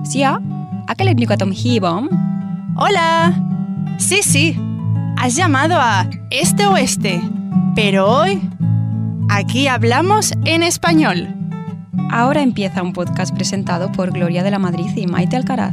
Sia, ¿aquel Tom Hibom? ¡Hola! Sí, has llamado a Este Oeste, pero hoy aquí hablamos en español. Ahora empieza un podcast presentado por Gloria de la Madrid y Maite Alcaraz.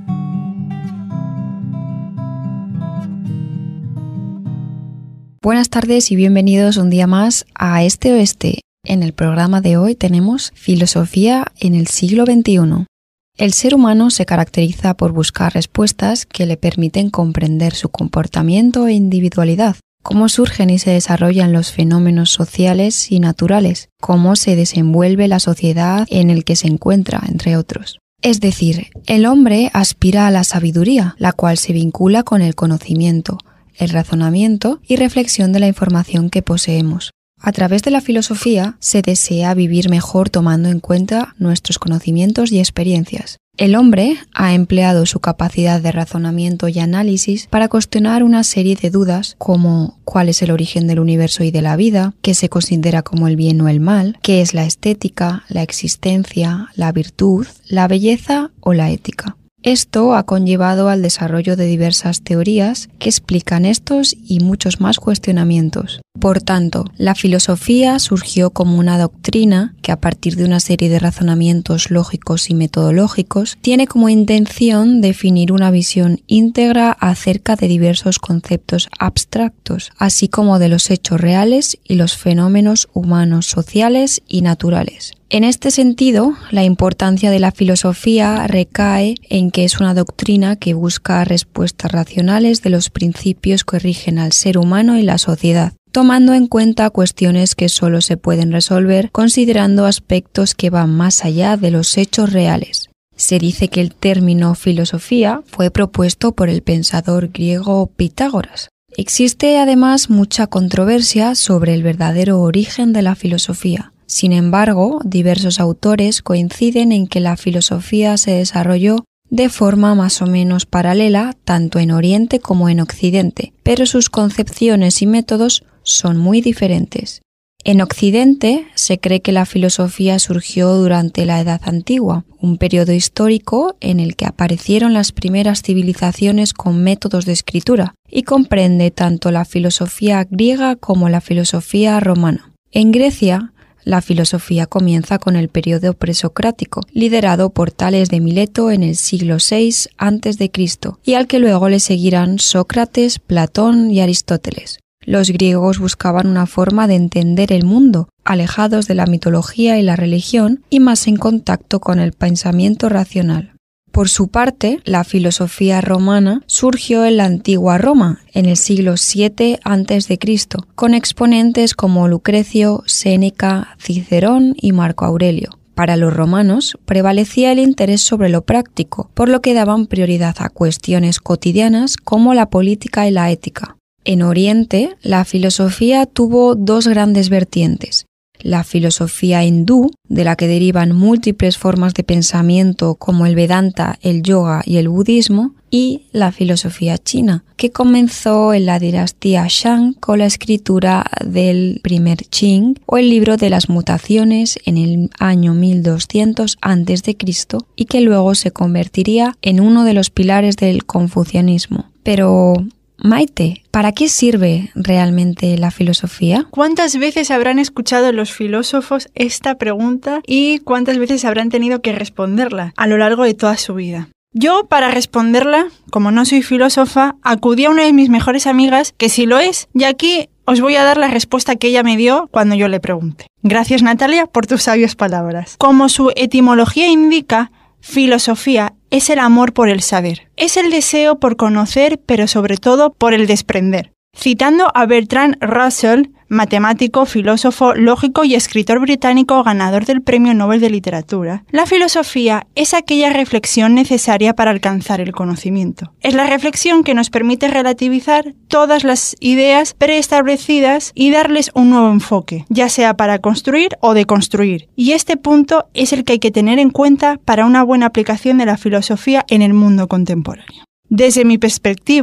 Buenas tardes y bienvenidos un día más a Este Oeste. En el programa de hoy tenemos Filosofía en el siglo XXI. El ser humano se caracteriza por buscar respuestas que le permiten comprender su comportamiento e individualidad, cómo surgen y se desarrollan los fenómenos sociales y naturales, cómo se desenvuelve la sociedad en el que se encuentra, entre otros. Es decir, el hombre aspira a la sabiduría, la cual se vincula con el conocimiento, el razonamiento y reflexión de la información que poseemos. A través de la filosofía se desea vivir mejor tomando en cuenta nuestros conocimientos y experiencias. El hombre ha empleado su capacidad de razonamiento y análisis para cuestionar una serie de dudas como cuál es el origen del universo y de la vida, qué se considera como el bien o el mal, qué es la estética, la existencia, la virtud, la belleza o la ética. Esto ha conllevado al desarrollo de diversas teorías que explican estos y muchos más cuestionamientos. Por tanto, la filosofía surgió como una doctrina que, a partir de una serie de razonamientos lógicos y metodológicos, tiene como intención definir una visión íntegra acerca de diversos conceptos abstractos, así como de los hechos reales y los fenómenos humanos, sociales y naturales. En este sentido, la importancia de la filosofía recae en que es una doctrina que busca respuestas racionales de los principios que rigen al ser humano y la sociedad, tomando en cuenta cuestiones que solo se pueden resolver considerando aspectos que van más allá de los hechos reales. Se dice que el término filosofía fue propuesto por el pensador griego Pitágoras. Existe además mucha controversia sobre el verdadero origen de la filosofía. Sin embargo, diversos autores coinciden en que la filosofía se desarrolló de forma más o menos paralela tanto en Oriente como en Occidente, pero sus concepciones y métodos son muy diferentes. En Occidente se cree que la filosofía surgió durante la Edad Antigua, un periodo histórico en el que aparecieron las primeras civilizaciones con métodos de escritura, y comprende tanto la filosofía griega como la filosofía romana. En Grecia, la filosofía comienza con el periodo presocrático, liderado por Tales de Mileto en el siglo VI a.C., y al que luego le seguirán Sócrates, Platón y Aristóteles. Los griegos buscaban una forma de entender el mundo, alejados de la mitología y la religión y más en contacto con el pensamiento racional. Por su parte, la filosofía romana surgió en la antigua Roma, en el siglo VII a.C., con exponentes como Lucrecio, Séneca, Cicerón y Marco Aurelio. Para los romanos prevalecía el interés sobre lo práctico, por lo que daban prioridad a cuestiones cotidianas como la política y la ética. En Oriente, la filosofía tuvo dos grandes vertientes: la filosofía hindú, de la que derivan múltiples formas de pensamiento como el Vedanta, el yoga y el budismo, y la filosofía china, que comenzó en la dinastía Shang con la escritura del primer Qing o el libro de las mutaciones en el año 1200 a.C. y que luego se convertiría en uno de los pilares del confucianismo. Pero Maite, ¿para qué sirve realmente la filosofía? ¿Cuántas veces habrán escuchado los filósofos esta pregunta y cuántas veces habrán tenido que responderla a lo largo de toda su vida? Yo, para responderla, como no soy filósofa, acudí a una de mis mejores amigas, que sí lo es, y aquí os voy a dar la respuesta que ella me dio cuando yo le pregunté. Gracias, Natalia, por tus sabias palabras. Como su etimología indica, filosofía es el amor por el saber. Es el deseo por conocer, pero sobre todo por el desprender. Citando a Bertrand Russell, matemático, filósofo, lógico y escritor británico ganador del Premio Nobel de Literatura, la filosofía es aquella reflexión necesaria para alcanzar el conocimiento. Es la reflexión que nos permite relativizar todas las ideas preestablecidas y darles un nuevo enfoque, ya sea para construir o deconstruir. Y este punto es el que hay que tener en cuenta para una buena aplicación de la filosofía en el mundo contemporáneo. Desde mi perspectiva,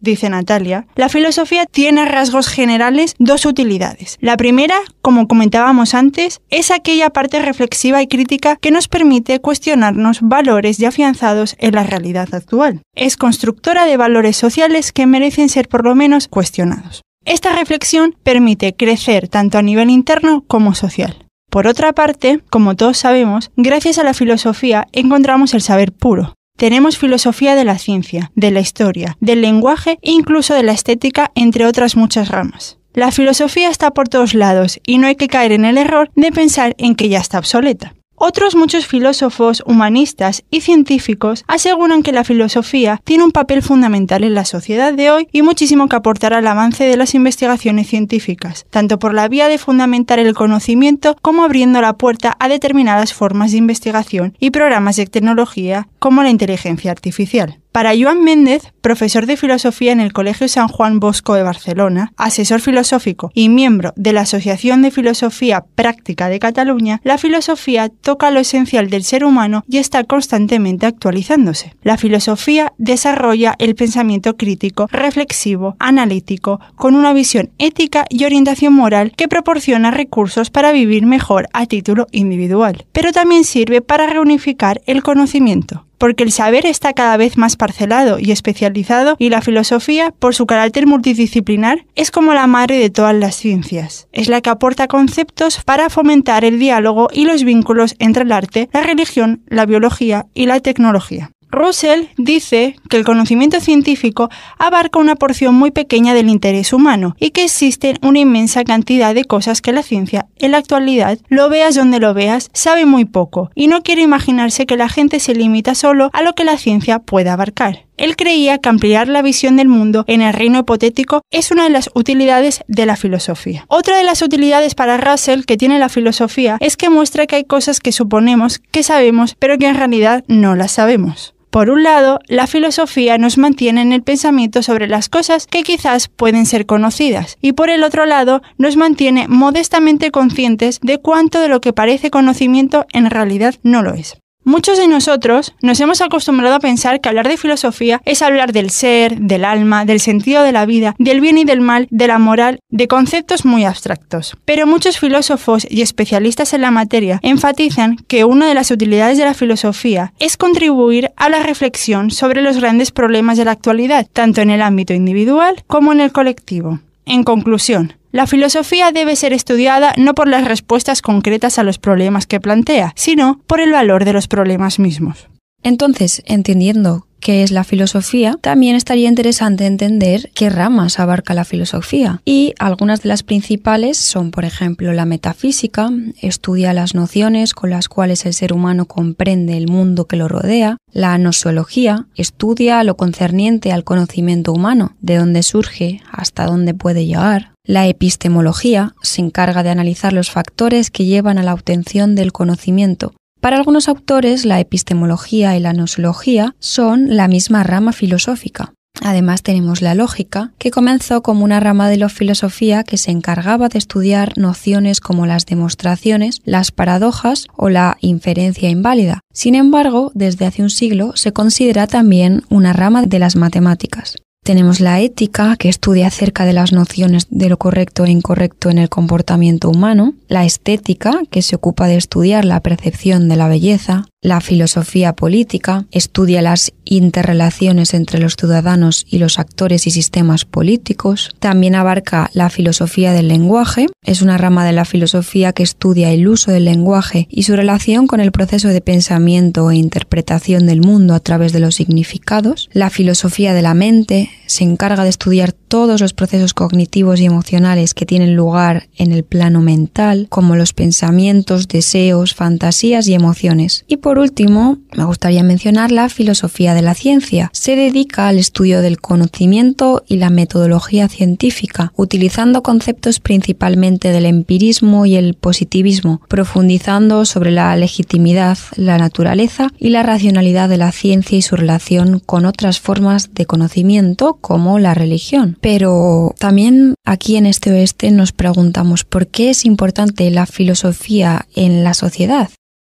dice Natalia, la filosofía tiene a rasgos generales dos utilidades. La primera, como comentábamos antes, es aquella parte reflexiva y crítica que nos permite cuestionarnos valores ya afianzados en la realidad actual. Es constructora de valores sociales que merecen ser por lo menos cuestionados. Esta reflexión permite crecer tanto a nivel interno como social. Por otra parte, como todos sabemos, gracias a la filosofía encontramos el saber puro. Tenemos filosofía de la ciencia, de la historia, del lenguaje e incluso de la estética, entre otras muchas ramas. La filosofía está por todos lados y no hay que caer en el error de pensar en que ya está obsoleta. Otros muchos filósofos, humanistas y científicos aseguran que la filosofía tiene un papel fundamental en la sociedad de hoy y muchísimo que aportar al avance de las investigaciones científicas, tanto por la vía de fundamentar el conocimiento como abriendo la puerta a determinadas formas de investigación y programas de tecnología como la inteligencia artificial. Para Joan Méndez, profesor de filosofía en el Colegio San Juan Bosco de Barcelona, asesor filosófico y miembro de la Asociación de Filosofía Práctica de Cataluña, la filosofía toca lo esencial del ser humano y está constantemente actualizándose. La filosofía desarrolla el pensamiento crítico, reflexivo, analítico, con una visión ética y orientación moral que proporciona recursos para vivir mejor a título individual, pero también sirve para reunificar el conocimiento. Porque el saber está cada vez más parcelado y especializado y la filosofía, por su carácter multidisciplinar, es como la madre de todas las ciencias. Es la que aporta conceptos para fomentar el diálogo y los vínculos entre el arte, la religión, la biología y la tecnología. Russell dice que el conocimiento científico abarca una porción muy pequeña del interés humano y que existen una inmensa cantidad de cosas que la ciencia, en la actualidad, lo veas donde lo veas, sabe muy poco y no quiere imaginarse que la gente se limita solo a lo que la ciencia puede abarcar. Él creía que ampliar la visión del mundo en el reino hipotético es una de las utilidades de la filosofía. Otra de las utilidades para Russell que tiene la filosofía es que muestra que hay cosas que suponemos que sabemos, pero que en realidad no las sabemos. Por un lado, la filosofía nos mantiene en el pensamiento sobre las cosas que quizás pueden ser conocidas, y por el otro lado, nos mantiene modestamente conscientes de cuánto de lo que parece conocimiento en realidad no lo es. Muchos de nosotros nos hemos acostumbrado a pensar que hablar de filosofía es hablar del ser, del alma, del sentido de la vida, del bien y del mal, de la moral, de conceptos muy abstractos. Pero muchos filósofos y especialistas en la materia enfatizan que una de las utilidades de la filosofía es contribuir a la reflexión sobre los grandes problemas de la actualidad, tanto en el ámbito individual como en el colectivo. En conclusión, la filosofía debe ser estudiada no por las respuestas concretas a los problemas que plantea, sino por el valor de los problemas mismos. Entonces, entendiendo qué es la filosofía, también estaría interesante entender qué ramas abarca la filosofía. Y algunas de las principales son, por ejemplo, la metafísica, estudia las nociones con las cuales el ser humano comprende el mundo que lo rodea. La gnoseología estudia lo concerniente al conocimiento humano, de dónde surge hasta dónde puede llegar. La epistemología se encarga de analizar los factores que llevan a la obtención del conocimiento. Para algunos autores, la epistemología y la gnoseología son la misma rama filosófica. Además tenemos la lógica, que comenzó como una rama de la filosofía que se encargaba de estudiar nociones como las demostraciones, las paradojas o la inferencia inválida. Sin embargo, desde hace un siglo se considera también una rama de las matemáticas. Tenemos la ética, que estudia acerca de las nociones de lo correcto e incorrecto en el comportamiento humano, la estética, que se ocupa de estudiar la percepción de la belleza, la filosofía política, estudia las interrelaciones entre los ciudadanos y los actores y sistemas políticos. También abarca la filosofía del lenguaje, es una rama de la filosofía que estudia el uso del lenguaje y su relación con el proceso de pensamiento e interpretación del mundo a través de los significados. La filosofía de la mente se encarga de estudiar todos los procesos cognitivos y emocionales que tienen lugar en el plano mental, como los pensamientos, deseos, fantasías y emociones. Y por último, me gustaría mencionar la filosofía de la ciencia. Se dedica al estudio del conocimiento y la metodología científica, utilizando conceptos principalmente del empirismo y el positivismo, profundizando sobre la legitimidad, la naturaleza y la racionalidad de la ciencia y su relación con otras formas de conocimiento, como la religión. Pero también aquí en Este Oeste nos preguntamos por qué es importante la filosofía en la sociedad.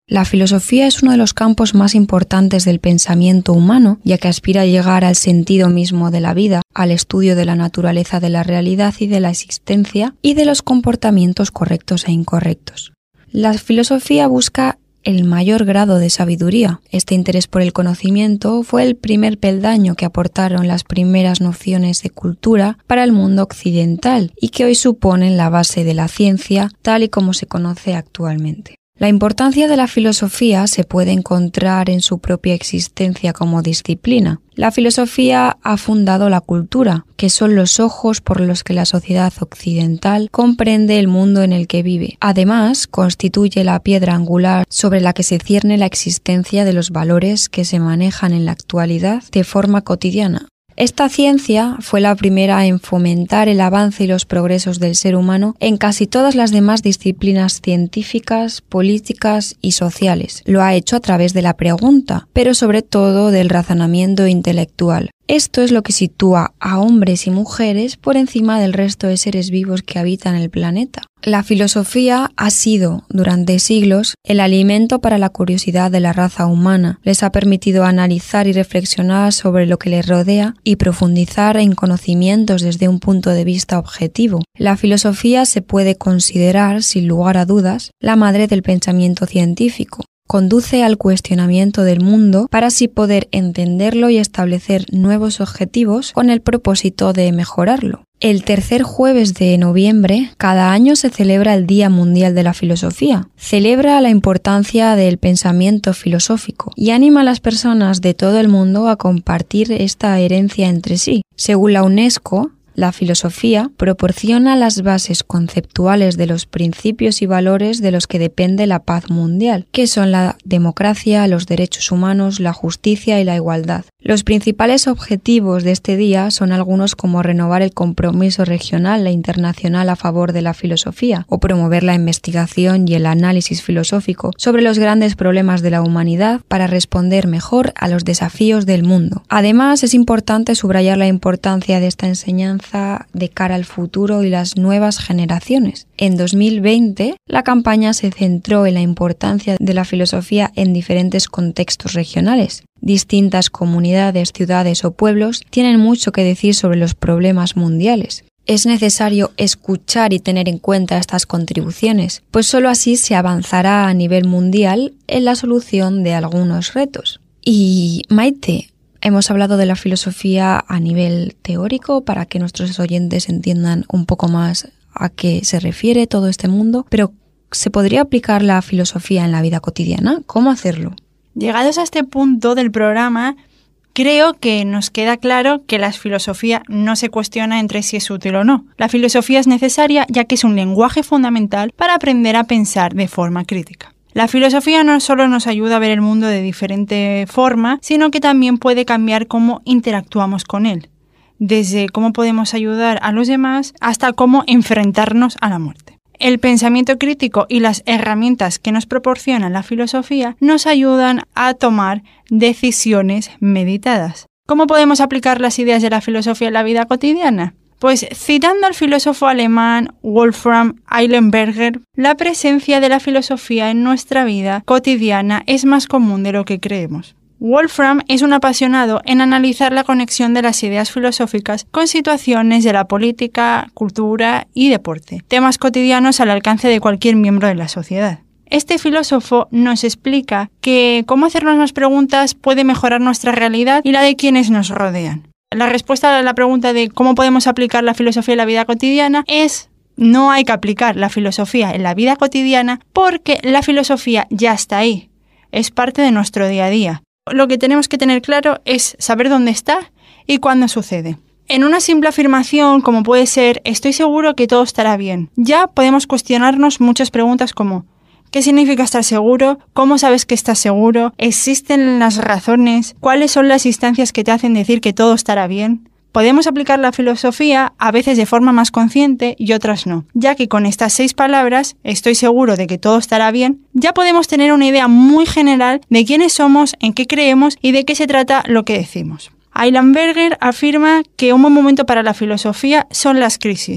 La filosofía es uno de los campos más importantes del pensamiento humano, ya que aspira a llegar al sentido mismo de la vida, al estudio de la naturaleza de la realidad y de la existencia y de los comportamientos correctos e incorrectos. La filosofía busca el mayor grado de sabiduría. Este interés por el conocimiento fue el primer peldaño que aportaron las primeras nociones de cultura para el mundo occidental y que hoy suponen la base de la ciencia tal y como se conoce actualmente. La importancia de la filosofía se puede encontrar en su propia existencia como disciplina. La filosofía ha fundado la cultura, que son los ojos por los que la sociedad occidental comprende el mundo en el que vive. Además, constituye la piedra angular sobre la que se cierne la existencia de los valores que se manejan en la actualidad de forma cotidiana. Esta ciencia fue la primera en fomentar el avance y los progresos del ser humano en casi todas las demás disciplinas científicas, políticas y sociales. Lo ha hecho a través de la pregunta, pero sobre todo del razonamiento intelectual. Esto es lo que sitúa a hombres y mujeres por encima del resto de seres vivos que habitan el planeta. La filosofía ha sido, durante siglos, el alimento para la curiosidad de la raza humana. Les ha permitido analizar y reflexionar sobre lo que les rodea y profundizar en conocimientos desde un punto de vista objetivo. La filosofía se puede considerar, sin lugar a dudas, la madre del pensamiento científico. Conduce al cuestionamiento del mundo para así poder entenderlo y establecer nuevos objetivos con el propósito de mejorarlo. El tercer jueves de noviembre, cada año se celebra el Día Mundial de la Filosofía. Celebra la importancia del pensamiento filosófico y anima a las personas de todo el mundo a compartir esta herencia entre sí. Según la UNESCO, la filosofía proporciona las bases conceptuales de los principios y valores de los que depende la paz mundial, que son la democracia, los derechos humanos, la justicia y la igualdad. Los principales objetivos de este día son algunos como renovar el compromiso regional e internacional a favor de la filosofía, o promover la investigación y el análisis filosófico sobre los grandes problemas de la humanidad para responder mejor a los desafíos del mundo. Además, es importante subrayar la importancia de esta enseñanza de cara al futuro y las nuevas generaciones. En 2020, la campaña se centró en la importancia de la filosofía en diferentes contextos regionales. Distintas comunidades, ciudades o pueblos tienen mucho que decir sobre los problemas mundiales. Es necesario escuchar y tener en cuenta estas contribuciones, pues solo así se avanzará a nivel mundial en la solución de algunos retos. Y Maite, hemos hablado de la filosofía a nivel teórico para que nuestros oyentes entiendan un poco más a qué se refiere todo este mundo, pero ¿se podría aplicar la filosofía en la vida cotidiana? ¿Cómo hacerlo? Llegados a este punto del programa, creo que nos queda claro que la filosofía no se cuestiona entre si es útil o no. La filosofía es necesaria ya que es un lenguaje fundamental para aprender a pensar de forma crítica. La filosofía no solo nos ayuda a ver el mundo de diferente forma, sino que también puede cambiar cómo interactuamos con él, desde cómo podemos ayudar a los demás hasta cómo enfrentarnos a la muerte. El pensamiento crítico y las herramientas que nos proporciona la filosofía nos ayudan a tomar decisiones meditadas. ¿Cómo podemos aplicar las ideas de la filosofía en la vida cotidiana? Pues citando al filósofo alemán Wolfram Eilenberger, la presencia de la filosofía en nuestra vida cotidiana es más común de lo que creemos. Wolfram es un apasionado en analizar la conexión de las ideas filosóficas con situaciones de la política, cultura y deporte, temas cotidianos al alcance de cualquier miembro de la sociedad. Este filósofo nos explica que cómo hacernos más preguntas puede mejorar nuestra realidad y la de quienes nos rodean. La respuesta a la pregunta de cómo podemos aplicar la filosofía en la vida cotidiana es: no hay que aplicar la filosofía en la vida cotidiana porque la filosofía ya está ahí, es parte de nuestro día a día. Lo que tenemos que tener claro es saber dónde está y cuándo sucede. En una simple afirmación, como puede ser «estoy seguro que todo estará bien», ya podemos cuestionarnos muchas preguntas como ¿qué significa estar seguro? ¿Cómo sabes que estás seguro? ¿Existen las razones? ¿Cuáles son las instancias que te hacen decir que todo estará bien? Podemos aplicar la filosofía a veces de forma más consciente y otras no, ya que con estas 6 palabras, estoy seguro de que todo estará bien, ya podemos tener una idea muy general de quiénes somos, en qué creemos y de qué se trata lo que decimos. Eilenberger afirma que un buen momento para la filosofía son las crisis.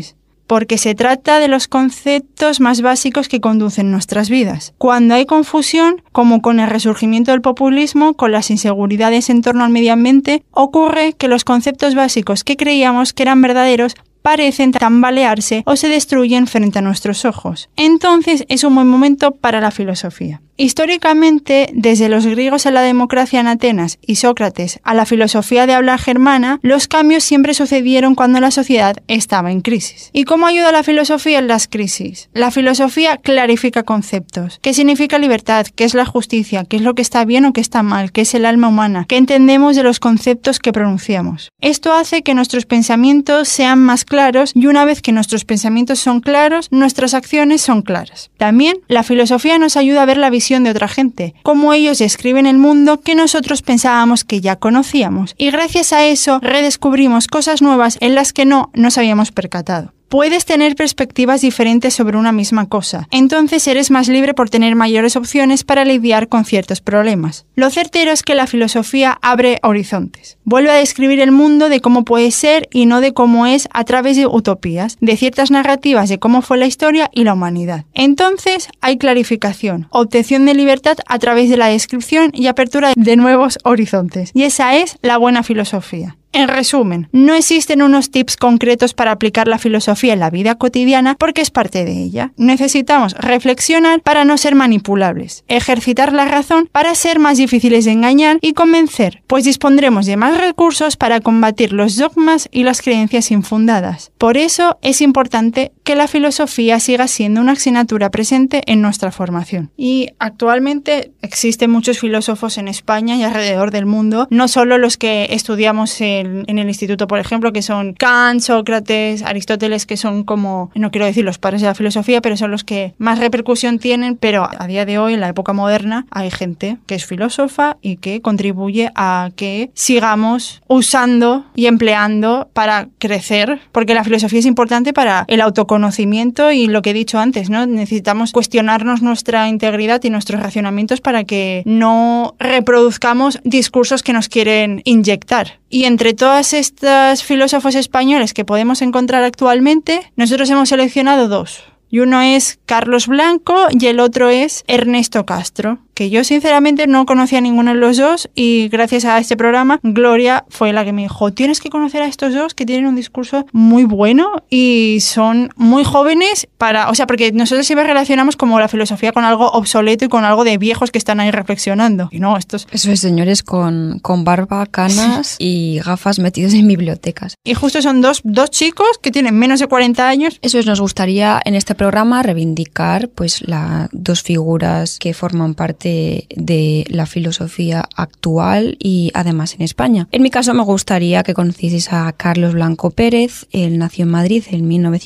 porque se trata de los conceptos más básicos que conducen nuestras vidas. Cuando hay confusión, como con el resurgimiento del populismo, con las inseguridades en torno al medio ambiente, ocurre que los conceptos básicos que creíamos que eran verdaderos parecen tambalearse o se destruyen frente a nuestros ojos. Entonces es un buen momento para la filosofía. Históricamente, desde los griegos a la democracia en Atenas y Sócrates a la filosofía de habla germana, los cambios siempre sucedieron cuando la sociedad estaba en crisis. ¿Y cómo ayuda la filosofía en las crisis? La filosofía clarifica conceptos. ¿Qué significa libertad? ¿Qué es la justicia? ¿Qué es lo que está bien o qué está mal? ¿Qué es el alma humana? ¿Qué entendemos de los conceptos que pronunciamos? Esto hace que nuestros pensamientos sean más claros y una vez que nuestros pensamientos son claros, nuestras acciones son claras. También la filosofía nos ayuda a ver la visión de otra gente, cómo ellos describen el mundo que nosotros pensábamos que ya conocíamos, y gracias a eso redescubrimos cosas nuevas en las que no nos habíamos percatado. Puedes tener perspectivas diferentes sobre una misma cosa, entonces eres más libre por tener mayores opciones para lidiar con ciertos problemas. Lo certero es que la filosofía abre horizontes. Vuelve a describir el mundo de cómo puede ser y no de cómo es a través de utopías, de ciertas narrativas de cómo fue la historia y la humanidad. Entonces hay clarificación, obtención de libertad a través de la descripción y apertura de nuevos horizontes. Y esa es la buena filosofía. En resumen, no existen unos tips concretos para aplicar la filosofía en la vida cotidiana porque es parte de ella. Necesitamos reflexionar para no ser manipulables, ejercitar la razón para ser más difíciles de engañar y convencer, pues dispondremos de más recursos para combatir los dogmas y las creencias infundadas. Por eso es importante que la filosofía siga siendo una asignatura presente en nuestra formación. Y actualmente existen muchos filósofos en España y alrededor del mundo, no solo los que estudiamos en el instituto, por ejemplo, que son Kant, Sócrates, Aristóteles, que son como, no quiero decir los padres de la filosofía, pero son los que más repercusión tienen, pero a día de hoy, en la época moderna, hay gente que es filósofa y que contribuye a que sigamos usando y empleando para crecer, porque la filosofía es importante para el autoconocimiento y lo que he dicho antes, ¿no? Necesitamos cuestionarnos nuestra integridad y nuestros racionamientos para que no reproduzcamos discursos que nos quieren inyectar. Y entre todas estas filósofos españoles que podemos encontrar actualmente, nosotros hemos seleccionado dos. Y uno es Carlos Blanco y el otro es Ernesto Castro, que yo sinceramente no conocía a ninguno de los dos y gracias a este programa Gloria fue la que me dijo, tienes que conocer a estos dos que tienen un discurso muy bueno y son muy jóvenes porque nosotros siempre relacionamos como la filosofía con algo obsoleto y con algo de viejos que están ahí reflexionando. Y no, estos... Eso es señores con barba, canas y gafas metidos en bibliotecas. Y justo son dos chicos que tienen menos de 40 años. Eso es, nos gustaría en este programa reivindicar pues las dos figuras que forman parte de la filosofía actual y además en España. En mi caso me gustaría que conocieseis a Carlos Blanco Pérez. Él nació en Madrid en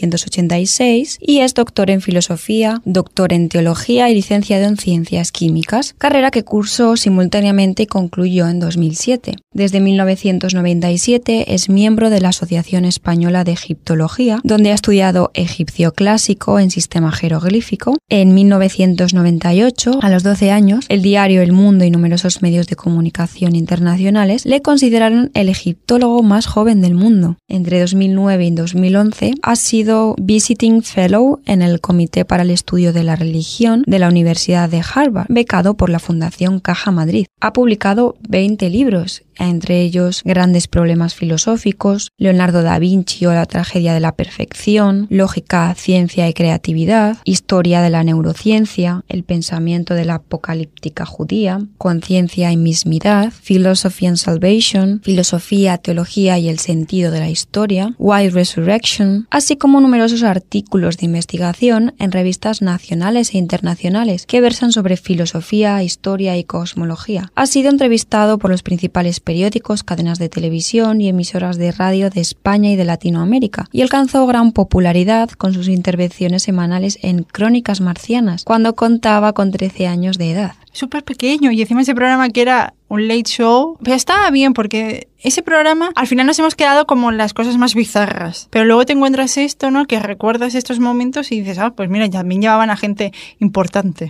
1986 y es doctor en filosofía, doctor en teología y licenciado en ciencias químicas, carrera que cursó simultáneamente y concluyó en 2007. Desde 1997 es miembro de la Asociación Española de Egiptología, donde ha estudiado egipcio clásico en sistema jeroglífico. En 1998, a los 12 años, el diario El Mundo y numerosos medios de comunicación internacionales le consideraron el egiptólogo más joven del mundo. Entre 2009 y 2011 ha sido Visiting Fellow en el Comité para el Estudio de la Religión de la Universidad de Harvard, becado por la Fundación Caja Madrid. Ha publicado 20 libros, entre ellos Grandes Problemas Filosóficos, Leonardo da Vinci o la Tragedia de la Perfección, Lógica, Ciencia y Creatividad, Historia de la Neurociencia, El Pensamiento de la Apocalíptica Judía, Conciencia y Mismidad, Philosophy and Salvation, Filosofía, Teología y el Sentido de la Historia, Why Resurrection, así como numerosos artículos de investigación en revistas nacionales e internacionales que versan sobre filosofía, historia y cosmología. Ha sido entrevistado por los principales periódicos, cadenas de televisión y emisoras de radio de España y de Latinoamérica, y alcanzó gran popularidad con sus intervenciones semanales en Crónicas Marcianas, cuando contaba con 13 años de edad. Súper pequeño, y encima ese programa que era un late show, pero estaba bien porque ese programa al final nos hemos quedado como en las cosas más bizarras, pero luego te encuentras esto, ¿no? Que recuerdas estos momentos y dices, pues mira, también llevaban a gente importante.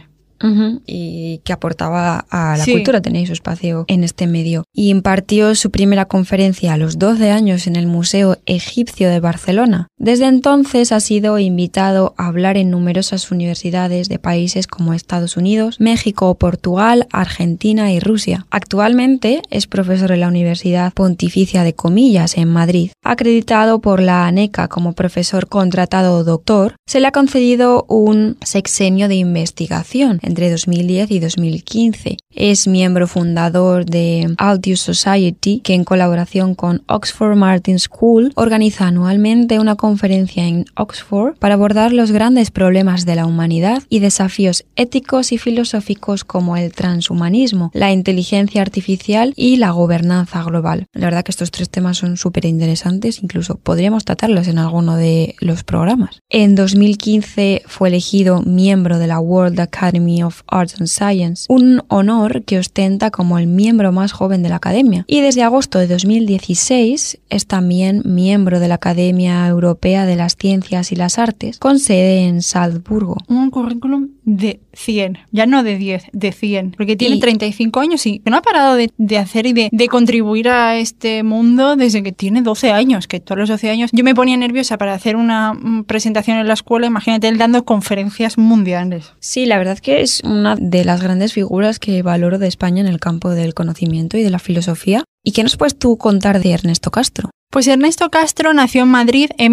y que aportaba a la cultura, tenía su espacio en este medio. Y impartió su primera conferencia a los 12 años en el Museo Egipcio de Barcelona. Desde entonces ha sido invitado a hablar en numerosas universidades de países como Estados Unidos, México, Portugal, Argentina y Rusia. Actualmente es profesor en la Universidad Pontificia de Comillas en Madrid. Acreditado por la ANECA como profesor contratado doctor, se le ha concedido un sexenio de investigación entre 2010 y 2015. Es miembro fundador de Audio Society, que en colaboración con Oxford Martin School organiza anualmente una conferencia en Oxford para abordar los grandes problemas de la humanidad y desafíos éticos y filosóficos como el transhumanismo, la inteligencia artificial y la gobernanza global. La verdad que estos 3 temas son súper interesantes, incluso podríamos tratarlos en alguno de los programas. En 2015 fue elegido miembro de la World Academy of Arts and Science, un honor que ostenta como el miembro más joven de la Academia, y desde agosto de 2016 es también miembro de la Academia Europea de las Ciencias y las Artes, con sede en Salzburgo. Un currículum de 100, ya no de 10, de 100, porque tiene 35 años y no ha parado de hacer y de contribuir a este mundo desde que tiene 12 años, que todos los 12 años yo me ponía nerviosa para hacer una presentación en la escuela, imagínate él dando conferencias mundiales. Sí, la verdad que es una de las grandes figuras que valoro de España en el campo del conocimiento y de la filosofía. ¿Y qué nos puedes tú contar de Ernesto Castro? Pues Ernesto Castro nació en Madrid en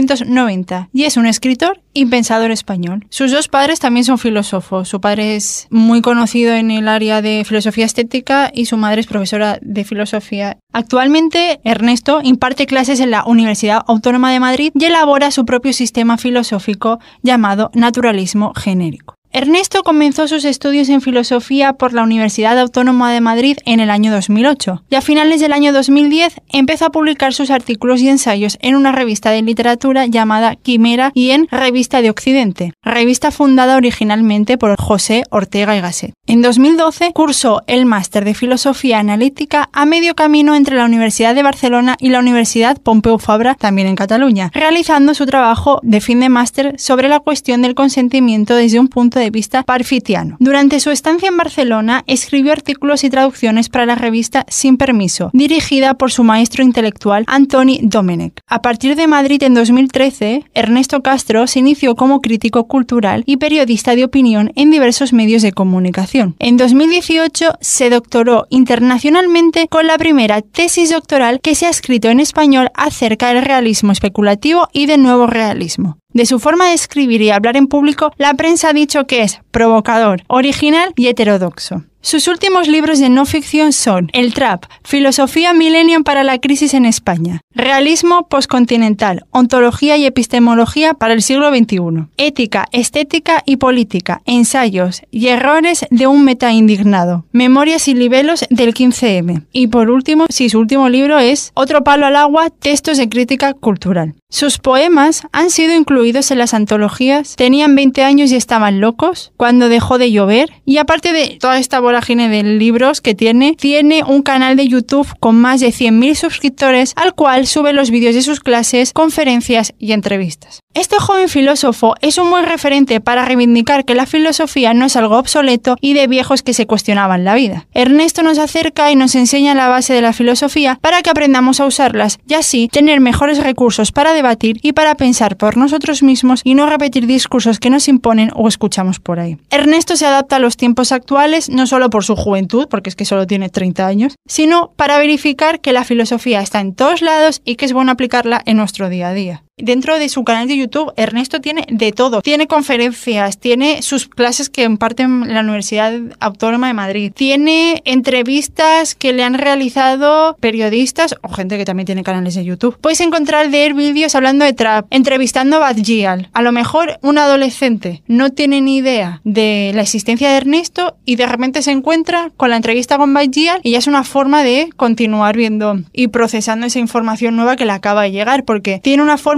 1990 y es un escritor y pensador español. Sus 2 padres también son filósofos. Su padre es muy conocido en el área de filosofía estética y su madre es profesora de filosofía. Actualmente, Ernesto imparte clases en la Universidad Autónoma de Madrid y elabora su propio sistema filosófico llamado naturalismo genérico. Ernesto comenzó sus estudios en filosofía por la Universidad Autónoma de Madrid en el año 2008 y a finales del año 2010 empezó a publicar sus artículos y ensayos en una revista de literatura llamada Quimera y en Revista de Occidente, revista fundada originalmente por José Ortega y Gasset. En 2012 cursó el máster de Filosofía Analítica a medio camino entre la Universidad de Barcelona y la Universidad Pompeu Fabra, también en Cataluña, realizando su trabajo de fin de máster sobre la cuestión del consentimiento desde un punto de vista parfitiano. Durante su estancia en Barcelona, escribió artículos y traducciones para la revista Sin Permiso, dirigida por su maestro intelectual Antoni Domènech. A partir de Madrid en 2013, Ernesto Castro se inició como crítico cultural y periodista de opinión en diversos medios de comunicación. En 2018 se doctoró internacionalmente con la primera tesis doctoral que se ha escrito en español acerca del realismo especulativo y del nuevo realismo. De su forma de escribir y hablar en público, la prensa ha dicho que es provocador, original y heterodoxo. Sus últimos libros de no ficción son El Trap, Filosofía Millennium para la crisis en España, Realismo postcontinental, Ontología y epistemología para el siglo XXI, Ética, Estética y Política, Ensayos y errores de un metaindignado, Memorias y libelos del 15M. Y por último, su último libro es Otro palo al agua, textos de crítica cultural. Sus poemas han sido incluidos en las antologías Tenían 20 años y estaban locos, Cuando dejó de llover, y aparte de toda esta vorágine de libros que tiene un canal de YouTube con más de 100.000 suscriptores al cual sube los vídeos de sus clases, conferencias y entrevistas. Este joven filósofo es un buen referente para reivindicar que la filosofía no es algo obsoleto y de viejos que se cuestionaban la vida. Ernesto nos acerca y nos enseña la base de la filosofía para que aprendamos a usarlas y así tener mejores recursos para debatir y para pensar por nosotros mismos y no repetir discursos que nos imponen o escuchamos por ahí. Ernesto se adapta a los tiempos actuales no solo por su juventud, porque es que solo tiene 30 años, sino para verificar que la filosofía está en todos lados y que es bueno aplicarla en nuestro día a día. Dentro de su canal de YouTube, Ernesto tiene de todo. Tiene conferencias, tiene sus clases que imparte en la Universidad Autónoma de Madrid, tiene entrevistas que le han realizado periodistas o gente que también tiene canales de YouTube. Puedes encontrar de él vídeos hablando de trap, entrevistando a Bad-Gyal. A lo mejor un adolescente no tiene ni idea de la existencia de Ernesto y de repente se encuentra con la entrevista con Bad-Gyal y ya es una forma de continuar viendo y procesando esa información nueva que le acaba de llegar, porque tiene una forma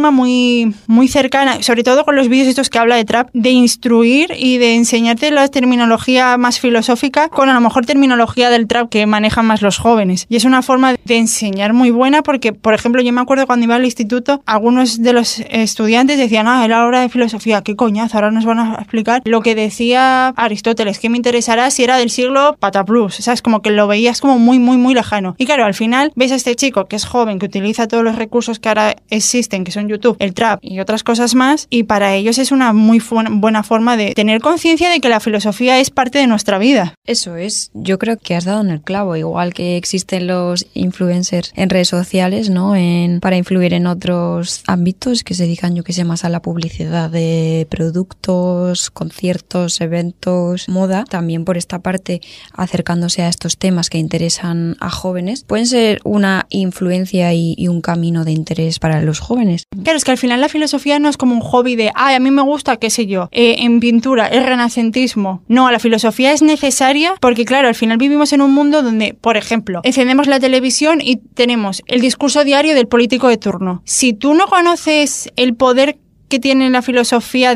forma muy, muy cercana, sobre todo con los vídeos estos que habla de trap, de instruir y de enseñarte la terminología más filosófica con a lo mejor terminología del trap que manejan más los jóvenes. Y es una forma de enseñar muy buena porque, por ejemplo, yo me acuerdo cuando iba al instituto, algunos de los estudiantes decían, era hora de filosofía, qué coñazo, ahora nos van a explicar lo que decía Aristóteles, ¿qué me interesará si era del siglo pataplus? ¿Sabes? Como que lo veías como muy, muy, muy lejano. Y claro, al final ves a este chico que es joven, que utiliza todos los recursos que ahora existen, que son YouTube, el trap y otras cosas más, y para ellos es una muy buena forma de tener conciencia de que la filosofía es parte de nuestra vida. Eso es, yo creo que has dado en el clavo, igual que existen los influencers en redes sociales, ¿no? Para influir en otros ámbitos que se dedican, yo que sé, más a la publicidad de productos, conciertos, eventos, moda, también por esta parte acercándose a estos temas que interesan a jóvenes, pueden ser una influencia y un camino de interés para los jóvenes. Claro, es que al final la filosofía no es como un hobby de, a mí me gusta, qué sé yo, en pintura, el renacentismo. No, la filosofía es necesaria porque, claro, al final vivimos en un mundo donde, por ejemplo, encendemos la televisión y tenemos el discurso diario del político de turno. Si tú no conoces el poder que tiene la filosofía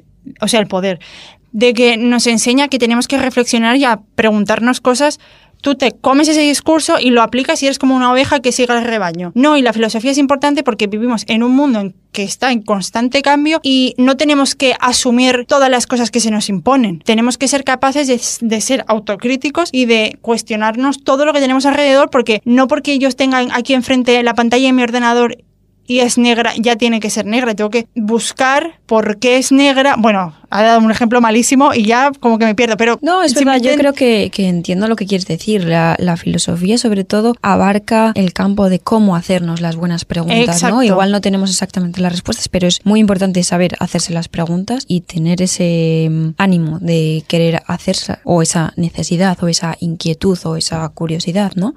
el poder de que nos enseña que tenemos que reflexionar y a preguntarnos cosas, tú te comes ese discurso y lo aplicas y eres como una oveja que sigue al rebaño. No, y la filosofía es importante porque vivimos en un mundo en que está en constante cambio y no tenemos que asumir todas las cosas que se nos imponen. Tenemos que ser capaces de ser autocríticos y de cuestionarnos todo lo que tenemos alrededor, porque no porque yo tenga aquí enfrente la pantalla de mi ordenador y es negra, ya tiene que ser negra. Tengo que buscar por qué es negra. Bueno, ha dado un ejemplo malísimo y ya como que me pierdo, pero... No, es verdad, yo creo que entiendo lo que quieres decir. La filosofía, sobre todo, abarca el campo de cómo hacernos las buenas preguntas, ¿no? Igual no tenemos exactamente las respuestas, pero es muy importante saber hacerse las preguntas y tener ese ánimo de querer hacerse, o esa necesidad, o esa inquietud, o esa curiosidad, ¿no?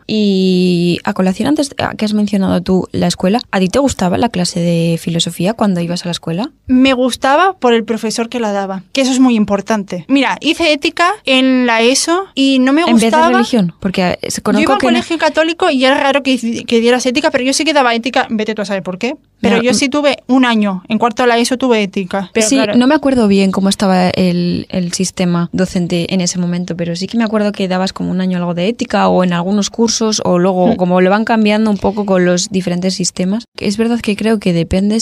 Y a colación, antes que has mencionado tú la escuela, ¿a ti te gustaba la clase de filosofía cuando ibas a la escuela? Me gustaba por el profesor que la daba, que eso es muy importante. Mira, hice ética en la ESO y no me gustaba... En vez de religión, porque yo iba a un colegio católico y era raro que dieras ética, pero yo sí que daba ética, vete tú a saber por qué. Pero yo sí tuve un año, en cuarto de la ESO tuve ética. Pero sí, claro, no me acuerdo bien cómo estaba el sistema docente en ese momento, pero sí que me acuerdo que dabas como un año algo de ética o en algunos cursos, o luego como lo van cambiando un poco con los diferentes sistemas. Es verdad que creo que depende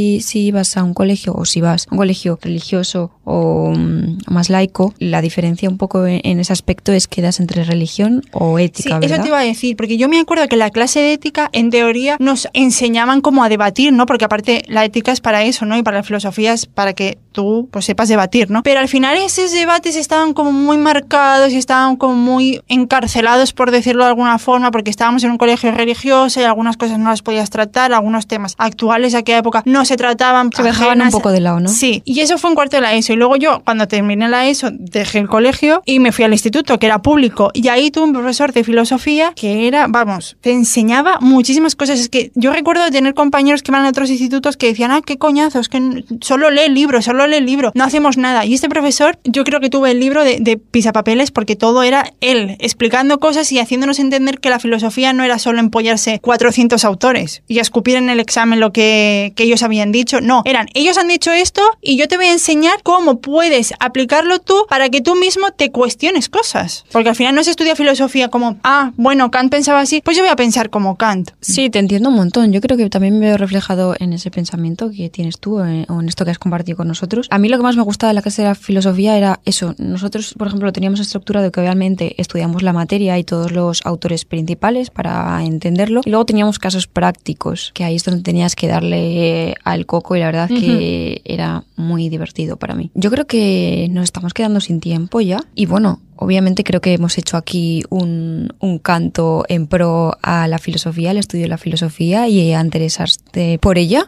si vas a un colegio o si vas a un colegio religioso o más laico, la diferencia un poco en ese aspecto es que das entre religión o ética, sí, ¿verdad? Eso te iba a decir, porque yo me acuerdo que la clase de ética, en teoría, nos enseñaban como a debatir, ¿no? Porque aparte la ética es para eso, ¿no? Y para la filosofía es para que tú pues sepas debatir, ¿no? Pero al final esos debates estaban como muy marcados y estaban como muy encarcelados, por decirlo de alguna forma, porque estábamos en un colegio religioso y algunas cosas no las podías tratar, algunos temas actuales de aquella época no se trataban. Se dejaban un poco de lado, ¿no? Sí, y eso fue en cuarto de la ESO. Y luego yo, cuando terminé la ESO, dejé el colegio y me fui al instituto, que era público. Y ahí tuve un profesor de filosofía que era, te enseñaba muchísimas cosas. Es que yo recuerdo de tener compañeros que van a otros institutos que decían, qué coñazo, es que solo lee el libro, no hacemos nada. Y este profesor, yo creo que tuve el libro de pisapapeles porque todo era él explicando cosas y haciéndonos entender que la filosofía no era solo empollarse 400 autores y escupir en el examen lo que ellos habían dicho. No, ellos han dicho esto y yo te voy a enseñar cómo puedes aplicarlo tú para que tú mismo te cuestiones cosas. Porque al final no se estudia filosofía como, Kant pensaba así, pues yo voy a pensar como Kant. Sí, te entiendo un montón. Yo creo que también me veo reflejado en ese pensamiento que tienes tú o en esto que has compartido con nosotros. A mí lo que más me gustaba de la clase de la filosofía era eso. Nosotros, por ejemplo, teníamos estructura de que obviamente estudiamos la materia y todos los autores principales para entenderlo. Y luego teníamos casos prácticos, que ahí es donde tenías que darle al coco y la verdad que era muy divertido para mí. Yo creo que nos estamos quedando sin tiempo ya y bueno, obviamente creo que hemos hecho aquí un canto en pro a la filosofía, al estudio de la filosofía y a interesarte por ella.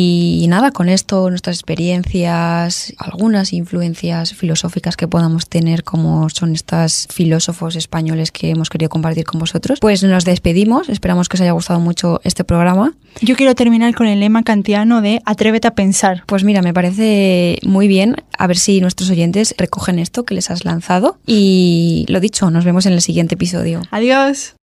Y nada, con esto, nuestras experiencias, algunas influencias filosóficas que podamos tener, como son estos filósofos españoles que hemos querido compartir con vosotros, pues nos despedimos. Esperamos que os haya gustado mucho este programa. Yo quiero terminar con el lema kantiano de atrévete a pensar. Pues mira, me parece muy bien. A ver si nuestros oyentes recogen esto que les has lanzado. Y lo dicho, nos vemos en el siguiente episodio. Adiós.